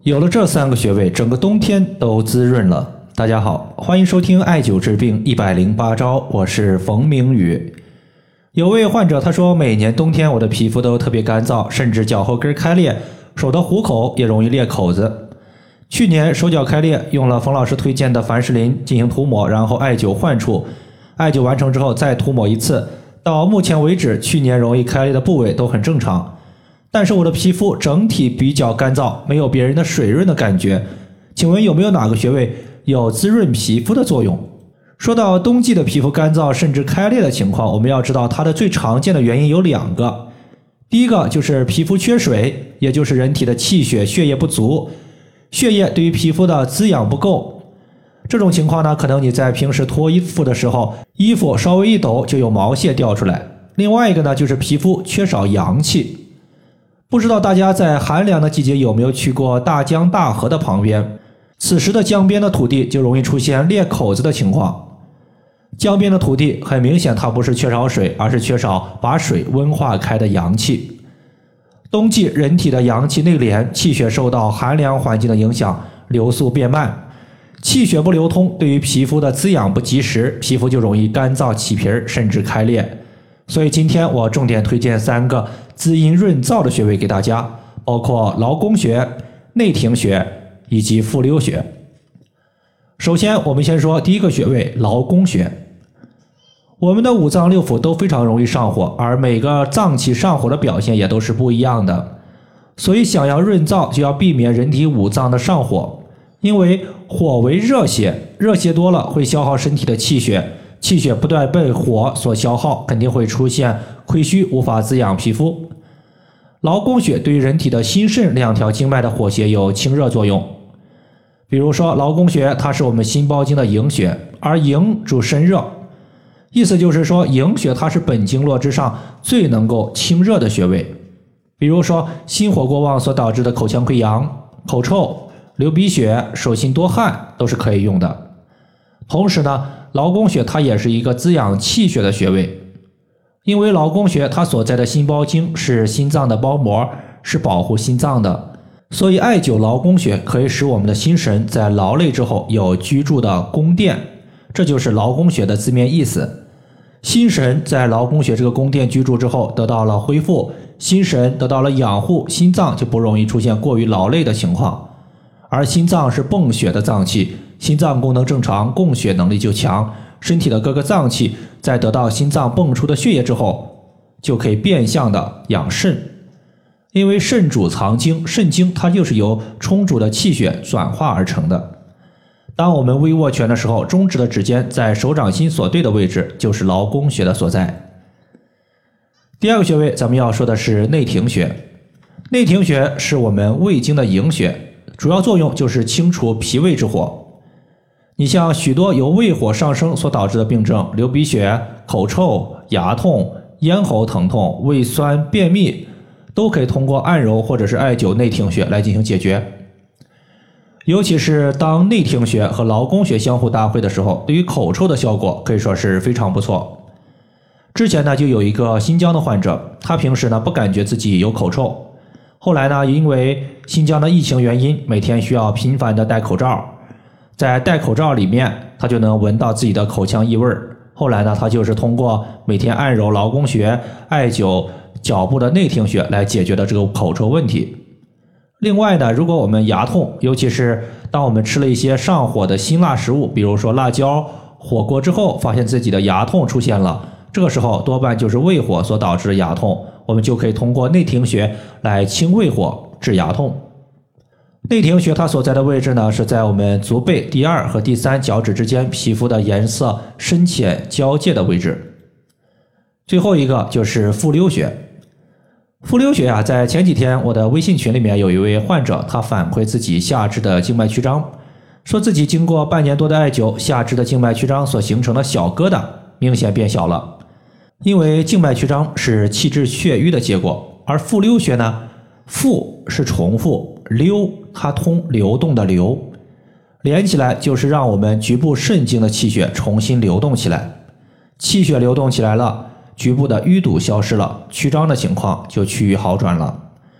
有了这3个穴位，整个冬天都滋润了。大家好，欢迎收听艾灸治病108招，我是冯明宇。有位患者他说，每年冬天我的皮肤都特别干燥，甚至脚后跟开裂，手的虎口也容易裂口子。去年手脚开裂，用了冯老师推荐的凡士林进行涂抹，然后艾灸患处，艾灸完成之后再涂抹一次。到目前为止，去年容易开裂的部位都很正常。但是我的皮肤整体比较干燥，没有别人的水润的感觉，请问有没有哪个穴位有滋润皮肤的作用？说到冬季的皮肤干燥甚至开裂的情况，我们要知道它的最常见的原因有2个。第一个就是皮肤缺水，也就是人体的气血血液不足，血液对于皮肤的滋养不够。这种情况呢，可能你在平时脱衣服的时候，衣服稍微一抖就有毛屑掉出来。另外一个呢，就是皮肤缺少阳气。不知道大家在寒凉的季节有没有去过大江大河的旁边，此时的江边的土地就容易出现裂口子的情况。江边的土地很明显它不是缺少水，而是缺少把水温化开的阳气。冬季人体的阳气内敛，气血受到寒凉环境的影响，流速变慢，气血不流通，对于皮肤的滋养不及时，皮肤就容易干燥起皮甚至开裂。所以今天我重点推荐3个滋阴润燥的穴位给大家，包括劳宫穴、内庭穴以及复溜穴。首先我们先说第一个穴位劳宫穴。我们的5脏6腑都非常容易上火，而每个脏器上火的表现也都是不一样的，所以想要润燥就要避免人体5脏的上火，因为火为热邪，热邪多了会消耗身体的气血，气血不断被火所消耗，肯定会出现亏虚，无法滋养皮肤。劳宫穴对于人体的心肾2条经脉的火邪有清热作用。比如说劳宫穴它是我们心包经的营穴，而营主身热，意思就是说营穴它是本经络之上最能够清热的穴位。比如说心火过旺所导致的口腔溃疡、口臭、流鼻血、手心多汗都是可以用的。同时呢，劳宫穴它也是一个滋养气血的穴位，因为劳宫穴它所在的心包经是心脏的包膜，是保护心脏的，所以艾灸劳宫穴可以使我们的心神在劳累之后有居住的宫殿，这就是劳宫穴的字面意思。心神在劳宫穴这个宫殿居住之后得到了恢复，心神得到了养护，心脏就不容易出现过于劳累的情况。而心脏是泵血的脏器，心脏功能正常，供血能力就强，身体的各个脏器在得到心脏泵出的血液之后，就可以变相的养肾。因为肾主藏精，肾精它就是由充足的气血转化而成的。当我们微握拳的时候，中指的指尖在手掌心所对的位置就是劳宫穴的所在。第2个穴位咱们要说的是内庭穴。内庭穴是我们胃经的营穴，主要作用就是清除脾胃之火。你像许多由胃火上升所导致的病症，流鼻血、口臭、牙痛、咽喉疼痛、胃酸、便秘，都可以通过按揉或者是艾灸内庭穴来进行解决。尤其是当内庭穴和劳宫穴相互搭配的时候，对于口臭的效果可以说是非常不错。之前呢，就有一个新疆的患者，他平时呢不感觉自己有口臭，后来呢，因为新疆的疫情原因，每天需要频繁的戴口罩，在戴口罩里面他就能闻到自己的口腔异味。后来呢，他就是通过每天按揉劳宫穴、艾灸脚部的内庭穴来解决的这个口臭问题。另外呢，如果我们牙痛，尤其是当我们吃了一些上火的辛辣食物，比如说辣椒、火锅之后，发现自己的牙痛出现了，这个时候多半就是胃火所导致的牙痛，我们就可以通过内庭穴来清胃火治牙痛。内庭穴它所在的位置呢，是在我们足背第2和第3脚趾之间皮肤的颜色深浅交界的位置。最后一个就是复溜穴。复溜穴在前几天我的微信群里面有一位患者，他反馈自己下肢的静脉曲张，说自己经过半年多的艾灸，下肢的静脉曲张所形成的小疙瘩明显变小了。因为静脉曲张是气滞血瘀的结果，而复溜穴呢，复是重复，溜它通流动的流，连起来就是让我们局部肾经的气血重新流动起来。气血流动起来了，局部的淤堵消失了，曲张的情况就趋于好转了。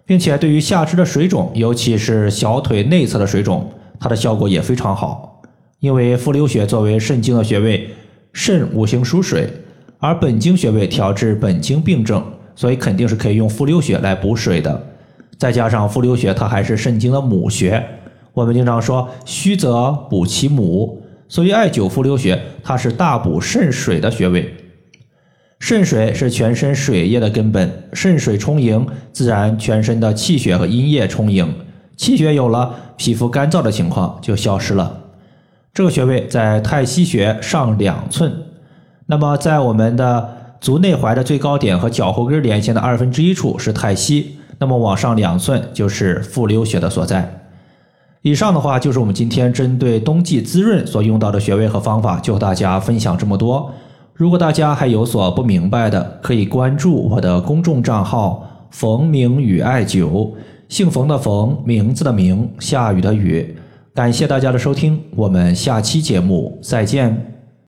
并且对于下肢的水肿，尤其是小腿内侧的水肿，它的效果也非常好。因为复溜穴作为肾经的穴位，肾五行属水，而本经穴位调治本经病症，所以肯定是可以用复溜穴来补水的。再加上复溜穴它还是肾经的母穴，我们经常说虚则补其母，所以艾灸复溜穴它是大补肾水的穴位。肾水是全身水液的根本，肾水充盈，自然全身的气血和阴液充盈，气血有了，皮肤干燥的情况就消失了。这个穴位在太溪穴上2寸，那么在我们的足内踝的最高点和脚后跟连线的1/2处是太溪，那么往上2寸就是复溜穴的所在。以上的话就是我们今天针对冬季滋润所用到的穴位和方法，就和大家分享这么多。如果大家还有所不明白的，可以关注我的公众账号冯明宇艾灸，姓冯的冯，名字的名，下雨的雨。感谢大家的收听，我们下期节目再见。